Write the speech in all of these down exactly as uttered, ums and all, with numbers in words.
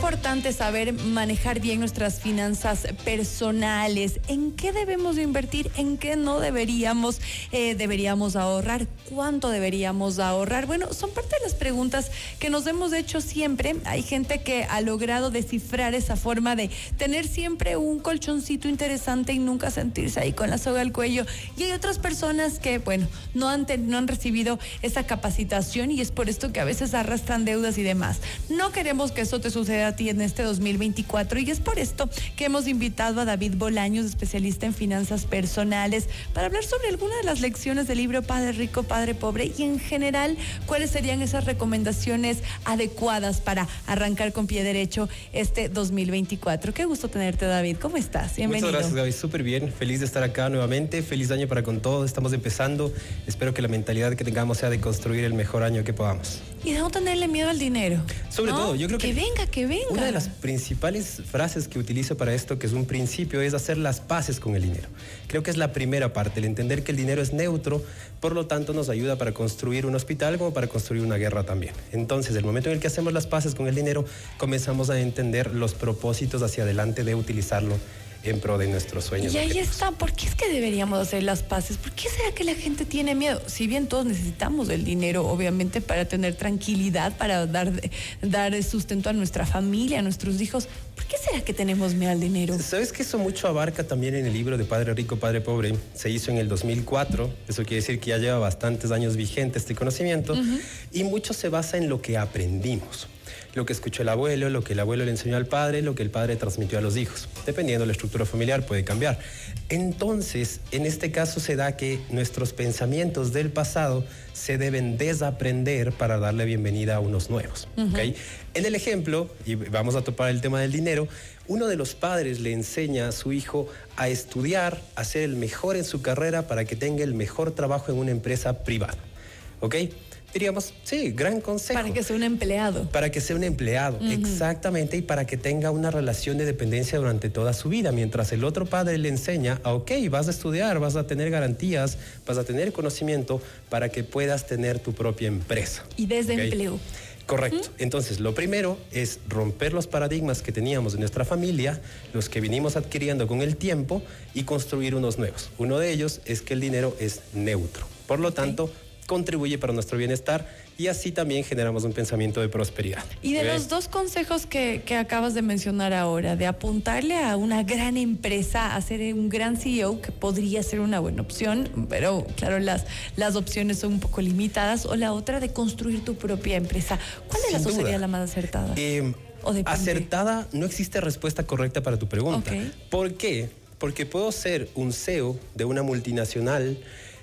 importante saber manejar bien nuestras finanzas personales. ¿En qué debemos de invertir? ¿En qué no deberíamos? Eh, ¿Deberíamos ahorrar? ¿Cuánto deberíamos ahorrar? Bueno, son parte de las preguntas que nos hemos hecho siempre. Hay gente que ha logrado descifrar esa forma de tener siempre un colchoncito interesante y nunca sentirse ahí con la soga al cuello. Y hay otras personas que, bueno, no han, ten, no han recibido esa capacitación y es por esto que a veces arrastran deudas y demás. No queremos que eso te suceda a ti en este dos mil veinticuatro y es por esto que hemos invitado a David Bolaños, especialista en finanzas personales, para hablar sobre algunas de las lecciones del libro Padre Rico, Padre Pobre y en general cuáles serían esas recomendaciones adecuadas para arrancar con pie derecho este dos mil veinticuatro. Qué gusto tenerte, David. ¿Cómo estás? Bienvenido. Muchas gracias, Gaby. Súper bien. Feliz de estar acá nuevamente. Feliz año para con todos. Estamos empezando. Espero que la mentalidad que tengamos sea de construir el mejor año que podamos. Y de no tenerle miedo al dinero. Sobre ¿no? todo, yo creo que... Que venga, que venga. Una de las principales frases que utilizo para esto, que es un principio, es hacer las paces con el dinero. Creo que es la primera parte, el entender que el dinero es neutro, por lo tanto nos ayuda para construir un hospital como para construir una guerra también. Entonces, el momento en el que hacemos las paces con el dinero, comenzamos a entender los propósitos hacia adelante de utilizarlo en pro de nuestros sueños. Y ahí objetivos. está, ¿por qué es que deberíamos hacer las paces? ¿Por qué será que la gente tiene miedo? Si bien todos necesitamos el dinero, obviamente, para tener tranquilidad, para dar, dar sustento a nuestra familia, a nuestros hijos, ¿por qué será que tenemos miedo al dinero? ¿Sabes que eso mucho abarca también en el libro de Padre Rico, Padre Pobre? Se hizo en el dos mil cuatro, eso quiere decir que ya lleva bastantes años vigente este conocimiento, uh-huh. y mucho se basa en lo que aprendimos. Lo que escuchó el abuelo, lo que el abuelo le enseñó al padre, lo que el padre transmitió a los hijos. Dependiendo de la estructura familiar puede cambiar. Entonces, en este caso se da que nuestros pensamientos del pasado se deben desaprender para darle bienvenida a unos nuevos. Uh-huh. ¿Okay? En el ejemplo, y vamos a topar el tema del dinero, uno de los padres le enseña a su hijo a estudiar, a ser el mejor en su carrera para que tenga el mejor trabajo en una empresa privada. ¿Ok? Diríamos, sí, gran consejo. Para que sea un empleado. Para que sea un empleado, uh-huh. exactamente, y para que tenga una relación de dependencia durante toda su vida, mientras el otro padre le enseña, a, ok, vas a estudiar, vas a tener garantías, vas a tener conocimiento para que puedas tener tu propia empresa. Y desde ¿okay? empleo. Correcto. Uh-huh. Entonces, lo primero es romper los paradigmas que teníamos en nuestra familia, los que vinimos adquiriendo con el tiempo, y construir unos nuevos. Uno de ellos es que el dinero es neutro. Por lo okay. tanto, contribuye para nuestro bienestar y así también generamos un pensamiento de prosperidad. Y de ¿okay? los dos consejos que, que acabas de mencionar ahora, de apuntarle a una gran empresa, a ser un gran C E O, que podría ser una buena opción, pero claro, las, las opciones son un poco limitadas, o la otra de construir tu propia empresa. ¿Cuál de las dos sería la más acertada? Eh, ¿O acertada, no existe respuesta correcta para tu pregunta. Okay. ¿Por qué? Porque puedo ser un C E O de una multinacional,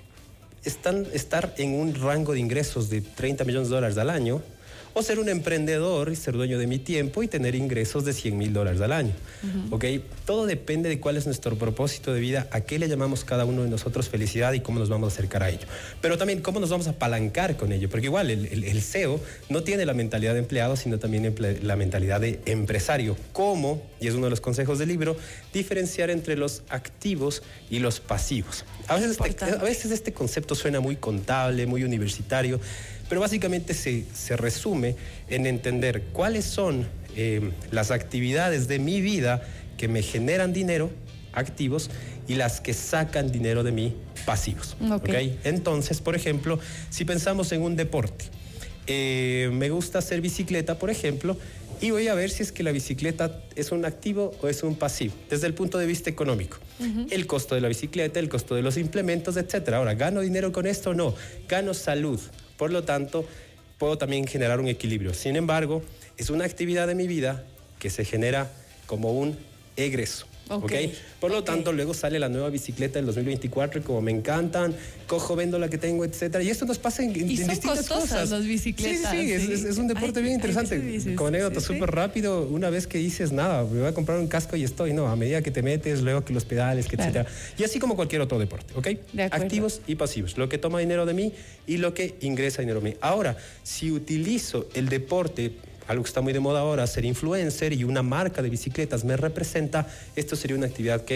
Están, estar en un rango de ingresos de treinta millones de dólares al año, o ser un emprendedor y ser dueño de mi tiempo y tener ingresos de cien mil dólares al año. Uh-huh. ¿Okay? Todo depende de cuál es nuestro propósito de vida, a qué le llamamos cada uno de nosotros felicidad y cómo nos vamos a acercar a ello. Pero también cómo nos vamos a apalancar con ello, porque igual el, el, el C E O no tiene la mentalidad de empleado, sino también emple, la mentalidad de empresario. ¿Cómo? Y es uno de los consejos del libro, diferenciar entre los activos y los pasivos. A veces, este, a veces este concepto suena muy contable, muy universitario, pero básicamente se, se resume en entender cuáles son eh, las actividades de mi vida que me generan dinero, activos, y las que sacan dinero de mí, pasivos. Okay. ¿Okay? Entonces, por ejemplo, si pensamos en un deporte, eh, me gusta hacer bicicleta, por ejemplo, y voy a ver si es que la bicicleta es un activo o es un pasivo, desde el punto de vista económico. Uh-huh. El costo de la bicicleta, el costo de los implementos, etcétera. Ahora, ¿gano dinero con esto o no? Gano salud. Por lo tanto, puedo también generar un equilibrio. Sin embargo, es una actividad de mi vida que se genera como un egreso. Okay. ¿Okay? Por lo okay. tanto, luego sale la nueva bicicleta del dos mil veinticuatro y como me encantan, cojo, vendo la que tengo, etcétera. Y esto nos pasa en, en, y en son distintas costosas cosas. Las bicicletas. Sí, sí, sí. sí. Es, es, es un deporte ay, bien interesante. Ay, como anécdota súper sí, sí. rápido, una vez que dices, nada, me voy a comprar un casco y estoy, no, a medida que te metes, luego que los pedales, que claro. etcétera. Y así como cualquier otro deporte, ¿ok? Activos y pasivos. Lo que toma dinero de mí y lo que ingresa dinero de mí. Ahora, si utilizo el deporte, algo que está muy de moda ahora, ser influencer, y una marca de bicicletas me representa, esto sería una actividad que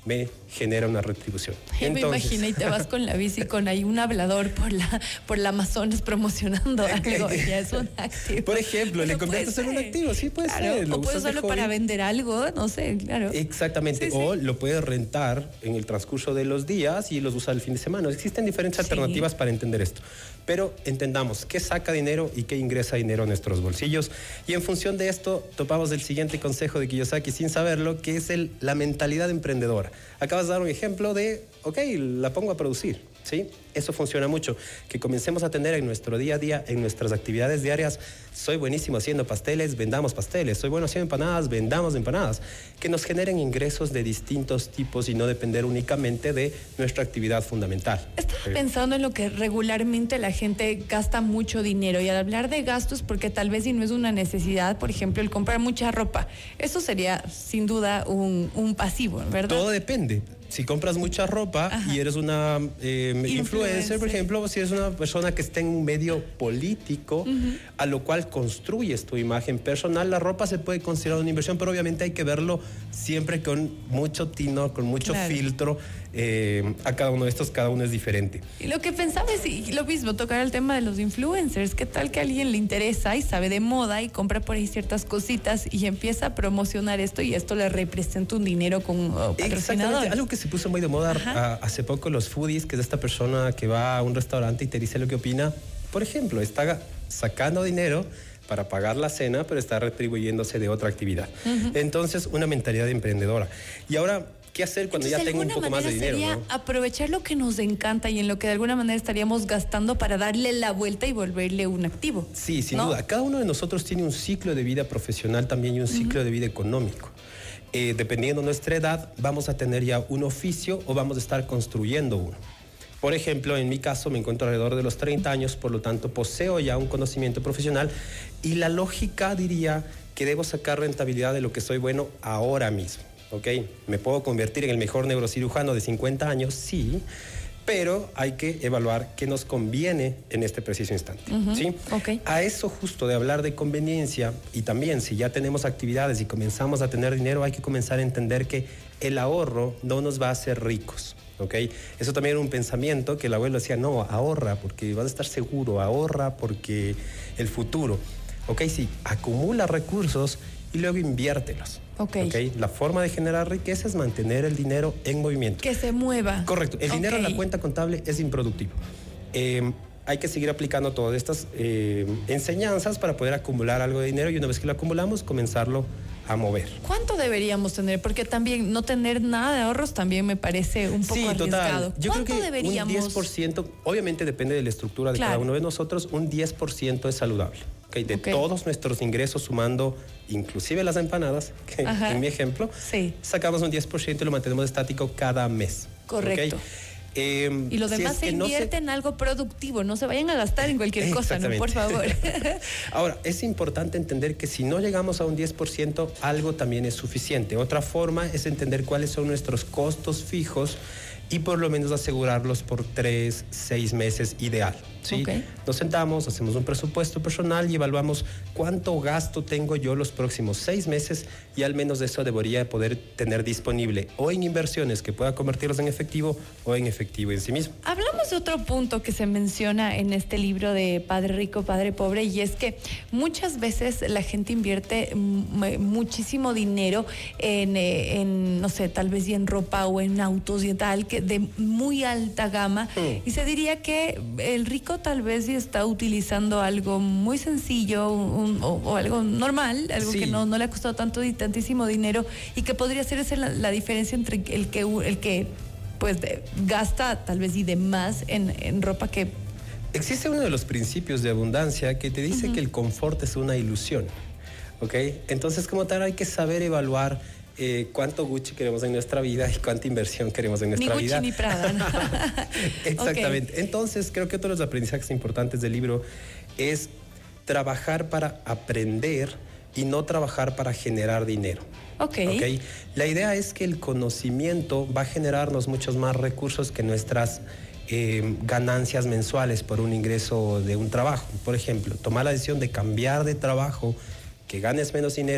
me genera una retribución. Yo Entonces, me imaginé y te vas con la bici con ahí un hablador por la por la Amazonas promocionando algo, ya es un activo. Por ejemplo, le conviertes en un activo, sí puede claro, ser. O puedes usarlo para vender algo, no sé, claro. Exactamente, sí, o sí. lo puedes rentar en el transcurso de los días y los usar el fin de semana. Existen diferentes sí. alternativas para entender esto. Pero entendamos qué saca dinero y qué ingresa dinero a nuestros bolsillos. Y en función de esto, topamos el siguiente consejo de Kiyosaki sin saberlo, que es el, la mentalidad emprendedora. Acabas de dar un ejemplo de, ok, la pongo a producir, ¿sí? Eso funciona mucho. Que comencemos a tener en nuestro día a día, en nuestras actividades diarias, soy buenísimo haciendo pasteles, vendamos pasteles. Soy bueno haciendo empanadas, vendamos empanadas. Que nos generen ingresos de distintos tipos y no depender únicamente de nuestra actividad fundamental. Estaba eh. pensando en lo que regularmente la gente gasta mucho dinero, y al hablar de gastos, porque tal vez si no es una necesidad, por ejemplo, el comprar mucha ropa, eso sería sin duda un, un pasivo, ¿verdad? Todo depende. Si compras mucha ropa Ajá. y eres una eh, influencer, influencer, por ejemplo, si eres una persona que está en un medio político, uh-huh. a lo cual construyes tu imagen personal, la ropa se puede considerar una inversión, pero obviamente hay que verlo siempre con mucho tino, con mucho claro. filtro. Eh, a cada uno de estos, cada uno es diferente. Y lo que pensaba es y lo mismo, tocar el tema de los influencers. ¿Qué tal que a alguien le interesa y sabe de moda y compra por ahí ciertas cositas y empieza a promocionar esto y esto le representa un dinero con uh, patrocinadores? Algo que se puso muy de moda a, hace poco, los foodies, que es esta persona que va a un restaurante y te dice lo que opina. Por ejemplo, está sacando dinero para pagar la cena, pero está retribuyéndose de otra actividad. Uh-huh. Entonces, una mentalidad emprendedora. Y ahora, ¿qué hacer cuando Entonces, ya tengo un poco más de dinero? Sería ¿no? aprovechar lo que nos encanta y en lo que de alguna manera estaríamos gastando para darle la vuelta y volverle un activo. Sí, sin ¿no? duda. Cada uno de nosotros tiene un ciclo de vida profesional también y un ciclo uh-huh. de vida económico. Eh, dependiendo de nuestra edad, vamos a tener ya un oficio o vamos a estar construyendo uno. Por ejemplo, en mi caso me encuentro alrededor de los treinta años, por lo tanto poseo ya un conocimiento profesional y la lógica diría que debo sacar rentabilidad de lo que soy bueno ahora mismo. ¿Ok? ¿Me puedo convertir en el mejor neurocirujano de cincuenta años? Sí, pero hay que evaluar qué nos conviene en este preciso instante. Uh-huh. ¿Sí? Okay. A eso justo de hablar de conveniencia, y también si ya tenemos actividades y comenzamos a tener dinero, hay que comenzar a entender que el ahorro no nos va a hacer ricos. ¿Okay? Eso también era un pensamiento que el abuelo decía, no, ahorra porque vas a estar seguro, ahorra porque el futuro. ¿Ok? Sí, acumula recursos y luego inviértelos. Okay. Okay. La forma de generar riqueza es mantener el dinero en movimiento. Que se mueva. Correcto. El okay. dinero en la cuenta contable es improductivo. Eh, hay que seguir aplicando todas estas eh, enseñanzas para poder acumular algo de dinero y una vez que lo acumulamos, comenzarlo a mover. ¿Cuánto deberíamos tener? Porque también no tener nada de ahorros también me parece un poco sí, arriesgado. Total. Yo ¿Cuánto creo que deberíamos? Un diez por ciento, obviamente depende de la estructura de claro. cada uno de nosotros, un diez por ciento es saludable. Okay, de okay. todos nuestros ingresos, sumando inclusive las empanadas, que en mi ejemplo, sí. sacamos un diez por ciento y lo mantenemos estático cada mes. Correcto. Okay. Eh, y lo demás si es se invierte no se... en algo productivo, no se vayan a gastar en cualquier cosa, ¿no? Por favor. Ahora, es importante entender que si no llegamos a un diez por ciento, algo también es suficiente. Otra forma es entender cuáles son nuestros costos fijos y por lo menos asegurarlos por tres, seis meses ideal. ¿Sí? Okay. Nos sentamos, hacemos un presupuesto personal y evaluamos cuánto gasto tengo yo los próximos seis meses y al menos eso debería poder tener disponible o en inversiones que pueda convertirlos en efectivo o en efectivo en sí mismo. Hablamos de otro punto que se menciona en este libro de Padre Rico, Padre Pobre, y es que muchas veces la gente invierte muchísimo dinero en, en no sé, tal vez y en ropa o en autos y tal, que de muy alta gama, mm. y se diría que el rico tal vez sí está utilizando algo muy sencillo un, o, o algo normal, algo sí. que no, no le ha costado tanto y tantísimo dinero y que podría ser esa la, la diferencia entre el que el que pues de, gasta tal vez y de más en, en ropa que... Existe uno de los principios de abundancia que te dice uh-huh. que el confort es una ilusión, ¿ok? Entonces como tal hay que saber evaluar Eh, cuánto Gucci queremos en nuestra vida y cuánta inversión queremos en nuestra ni vida. Ni Gucci ni Prada, ¿no? Exactamente. Okay. Entonces, creo que otro de los aprendizajes importantes del libro es trabajar para aprender y no trabajar para generar dinero. Okay. ¿Okay? La idea es que el conocimiento va a generarnos muchos más recursos que nuestras eh, ganancias mensuales por un ingreso de un trabajo. Por ejemplo, tomar la decisión de cambiar de trabajo, que ganes menos dinero,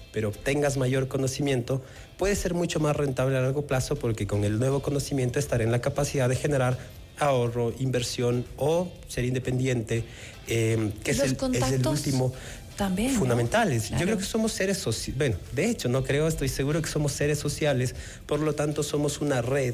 pero tengas mayor conocimiento, puede ser mucho más rentable a largo plazo porque con el nuevo conocimiento estaré en la capacidad de generar ahorro, inversión o ser independiente, eh, que es el, es el último... También, fundamentales. ¿no? Claro. Yo creo que somos seres sociales, bueno, de hecho, no creo, estoy seguro que somos seres sociales, por lo tanto somos una red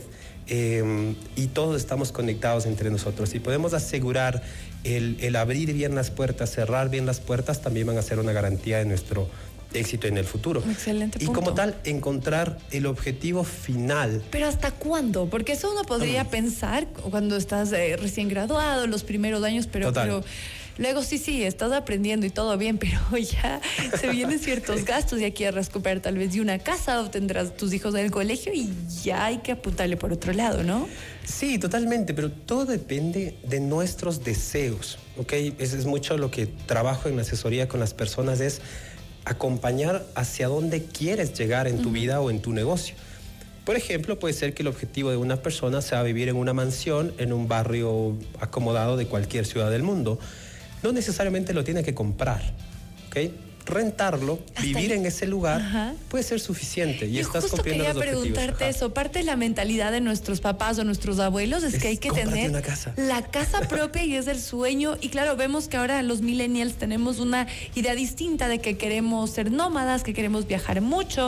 eh, y todos estamos conectados entre nosotros y podemos asegurar el, el abrir bien las puertas, cerrar bien las puertas, también van a ser una garantía de nuestro éxito en el futuro. Excelente punto. Y como tal, encontrar el objetivo final. Pero ¿hasta cuándo? Porque eso uno podría mm. pensar cuando estás eh, recién graduado, los primeros años, pero... pero luego sí, sí, estás aprendiendo y todo bien, pero ya se vienen ciertos gastos y hay que recuperar tal vez de una casa o tendrás tus hijos en el colegio y ya hay que apuntarle por otro lado, ¿no? Sí, totalmente, pero todo depende de nuestros deseos, ¿ok? Eso es mucho lo que trabajo en la asesoría con las personas, es acompañar hacia dónde quieres llegar en tu uh-huh. vida o en tu negocio. Por ejemplo, puede ser que el objetivo de una persona sea vivir en una mansión en un barrio acomodado de cualquier ciudad del mundo. No necesariamente lo tiene que comprar, ¿ok? Rentarlo, hasta vivir ahí en ese lugar, ajá. puede ser suficiente y Yo estás justo cumpliendo quería los objetivos. preguntarte eso. Parte de la mentalidad de nuestros papás o nuestros abuelos es, es que hay que tener una casa. la casa propia y es el sueño. Y claro, vemos que ahora los millennials tenemos una idea distinta de que queremos ser nómadas, que queremos viajar mucho.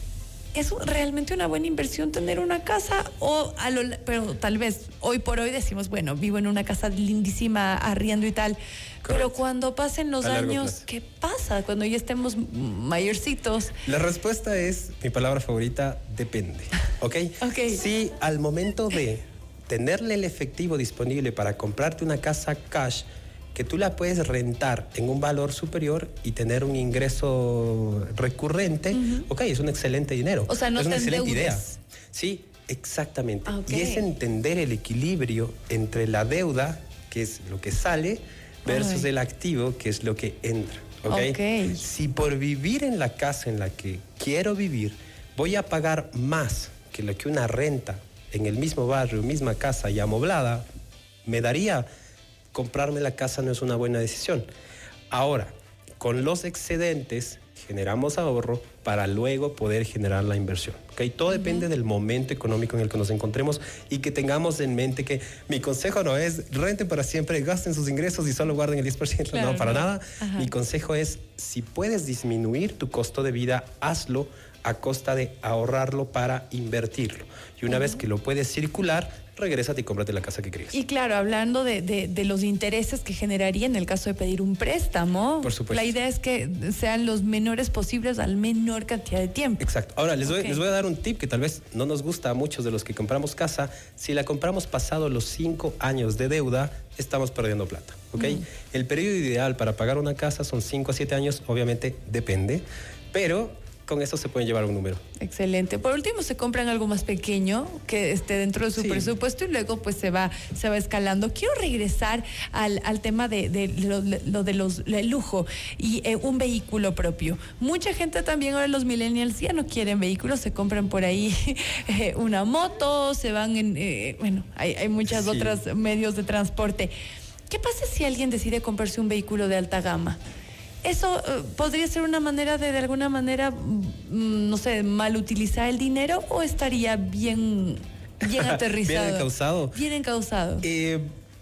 ¿Es realmente una buena inversión tener una casa? O a lo, pero tal vez hoy por hoy decimos, bueno, vivo en una casa lindísima, arriendo y tal. Correcto. Pero cuando pasen los años, ¿qué pasa cuando ya estemos mayorcitos? La respuesta es, mi palabra favorita, depende. ¿Ok? Okay. Si al momento de tenerle el efectivo disponible para comprarte una casa cash, que tú la puedes rentar en un valor superior y tener un ingreso recurrente, uh-huh. ok, es un excelente dinero. O sea, no es una excelente endeudes. idea. Sí, exactamente. Okay. Y es entender el equilibrio entre la deuda, que es lo que sale, versus Ay. el activo, que es lo que entra. ¿Okay? Okay. Si por vivir en la casa en la que quiero vivir, voy a pagar más que lo que una renta en el mismo barrio, misma casa y amoblada, me daría... comprarme la casa no es una buena decisión. Ahora, con los excedentes generamos ahorro para luego poder generar la inversión. ¿Okay? Todo uh-huh. depende del momento económico en el que nos encontremos y que tengamos en mente que mi consejo no es renten para siempre, gasten sus ingresos y solo guarden el diez por ciento. Claro, no, para no. nada. Uh-huh. Mi consejo es, si puedes disminuir tu costo de vida, hazlo a costa de ahorrarlo para invertirlo. Y una uh-huh. vez que lo puedes circular, regrésate y cómprate la casa que querías. Y claro, hablando de, de, de los intereses que generaría en el caso de pedir un préstamo, por supuesto. La idea es que sean los menores posibles al menor cantidad de tiempo. Exacto. Ahora, les, okay. doy, les voy a dar un tip que tal vez no nos gusta a muchos de los que compramos casa. Si la compramos pasado los cinco años de deuda, estamos perdiendo plata. ¿Okay? Mm. El periodo ideal para pagar una casa son cinco a siete años, obviamente depende, pero... con eso se pueden llevar un número. Excelente. Por último, se compran algo más pequeño que esté dentro de su sí. presupuesto y luego pues se va, se va escalando. Quiero regresar al, al tema de, de lo, lo de los el lujo y eh, un vehículo propio. Mucha gente también ahora, los millennials ya no quieren vehículos, se compran por ahí eh, una moto, se van en, eh, bueno, hay, hay muchas sí. otras medios de transporte. ¿Qué pasa si alguien decide comprarse un vehículo de alta gama? ¿Eso uh, podría ser una manera de, de alguna manera, mm, no sé, mal utilizar el dinero o estaría bien, bien aterrizado? Bien encauzado. Bien encauzado. Eh,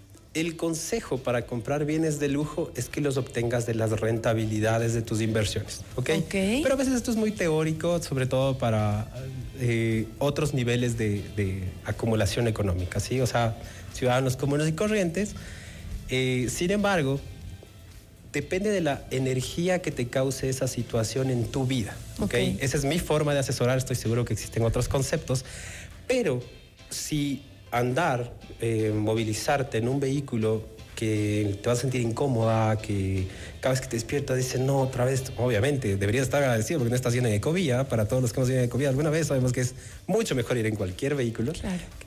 el consejo para comprar bienes de lujo es que los obtengas de las rentabilidades de tus inversiones, ¿ok? Okay. Pero a veces esto es muy teórico, sobre todo para eh, otros niveles de, de acumulación económica, ¿sí? O sea, ciudadanos comunes y corrientes. Eh, sin embargo... depende de la energía que te cause esa situación en tu vida, ¿okay? Esa es mi forma de asesorar, estoy seguro que existen otros conceptos, pero si andar, eh, movilizarte en un vehículo que te vas a sentir incómoda, que cada vez que te despiertas dices, no, otra vez, obviamente, deberías estar agradecido porque no estás yendo en ecovía. Para todos los que hemos ido en ecovía alguna vez, sabemos que es mucho mejor ir en cualquier vehículo. Claro.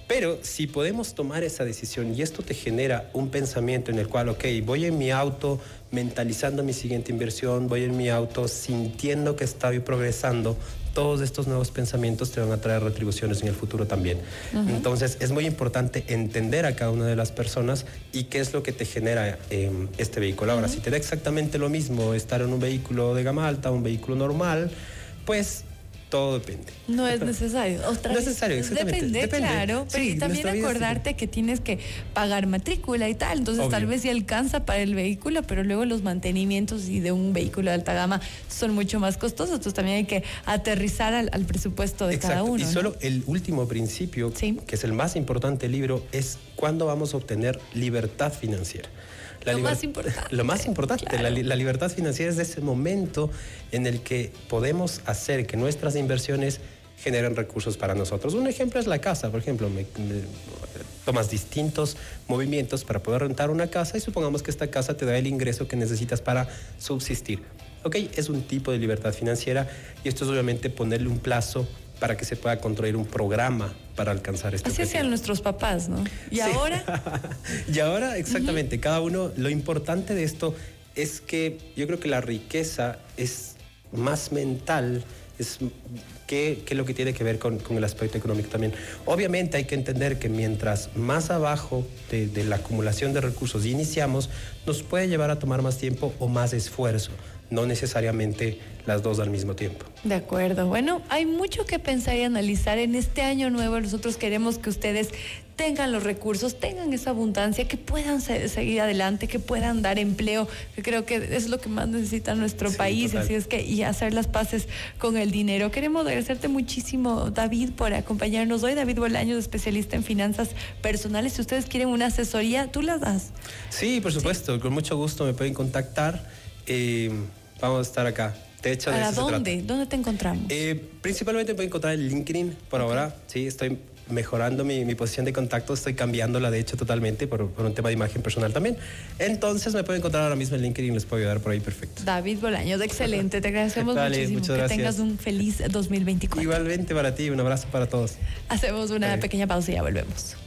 Pero si podemos tomar esa decisión y esto te genera un pensamiento en el cual, ok, voy en mi auto mentalizando mi siguiente inversión, voy en mi auto sintiendo que estoy progresando, todos estos nuevos pensamientos te van a traer retribuciones en el futuro también. Uh-huh. Entonces es muy importante entender a cada una de las personas y qué es lo que te genera eh, este vehículo. Ahora, uh-huh. si te da exactamente lo mismo estar en un vehículo de gama alta, un vehículo normal, pues todo depende. No es necesario. Otra no es necesario, exactamente. Depende, Depende. claro. Pero sí, y también acordarte que tienes que pagar matrícula y tal. Entonces, Obvio. tal vez sí alcanza para el vehículo, pero luego los mantenimientos y de un vehículo de alta gama son mucho más costosos. Entonces, también hay que aterrizar al, al presupuesto de Exacto. cada uno. Y solo ¿no? el último principio, ¿Sí? que es el más importante del libro, es cuándo vamos a obtener libertad financiera. La lo, más importante. lo más importante. Claro. La, la libertad financiera es ese momento en el que podemos hacer que nuestras inversiones generen recursos para nosotros. Un ejemplo es la casa. Por ejemplo, me, me, tomas distintos movimientos para poder rentar una casa y supongamos que esta casa te da el ingreso que necesitas para subsistir. Ok, es un tipo de libertad financiera y esto es obviamente ponerle un plazo para que se pueda construir un programa para alcanzar este Así objetivo. hacían nuestros papás, ¿no? ¿Y sí. ahora? y ahora, exactamente, uh-huh. cada uno, lo importante de esto es que yo creo que la riqueza es más mental, es que, que lo que tiene que ver con, con el aspecto económico también. Obviamente hay que entender que mientras más abajo de, de la acumulación de recursos iniciamos, nos puede llevar a tomar más tiempo o más esfuerzo. No necesariamente las dos al mismo tiempo. De acuerdo. Bueno, hay mucho que pensar y analizar. En este año nuevo nosotros queremos que ustedes tengan los recursos, tengan esa abundancia, que puedan se- seguir adelante, que puedan dar empleo, que creo que es lo que más necesita nuestro sí, país, total. Así es que, y hacer las paces con el dinero. Queremos agradecerte muchísimo, David, por acompañarnos hoy. David Bolaños, especialista en finanzas personales. Si ustedes quieren una asesoría, ¿tú las das? Sí, por supuesto, sí. Con mucho gusto me pueden contactar. Eh, vamos a estar acá. De hecho, ¿Para dónde? ¿Dónde te encontramos? Eh, principalmente me pueden encontrar en LinkedIn por okay. ahora. Sí, estoy mejorando mi, mi posición de contacto, estoy cambiándola de hecho totalmente por, por un tema de imagen personal también. Entonces me pueden encontrar ahora mismo en LinkedIn, les puedo ayudar por ahí perfecto. David Bolaños, excelente, te agradecemos vale, muchísimo. Muchas gracias. Que tengas un feliz dos mil veinticuatro. Igualmente para ti, un abrazo para todos. Hacemos una Dale. pequeña pausa y ya volvemos.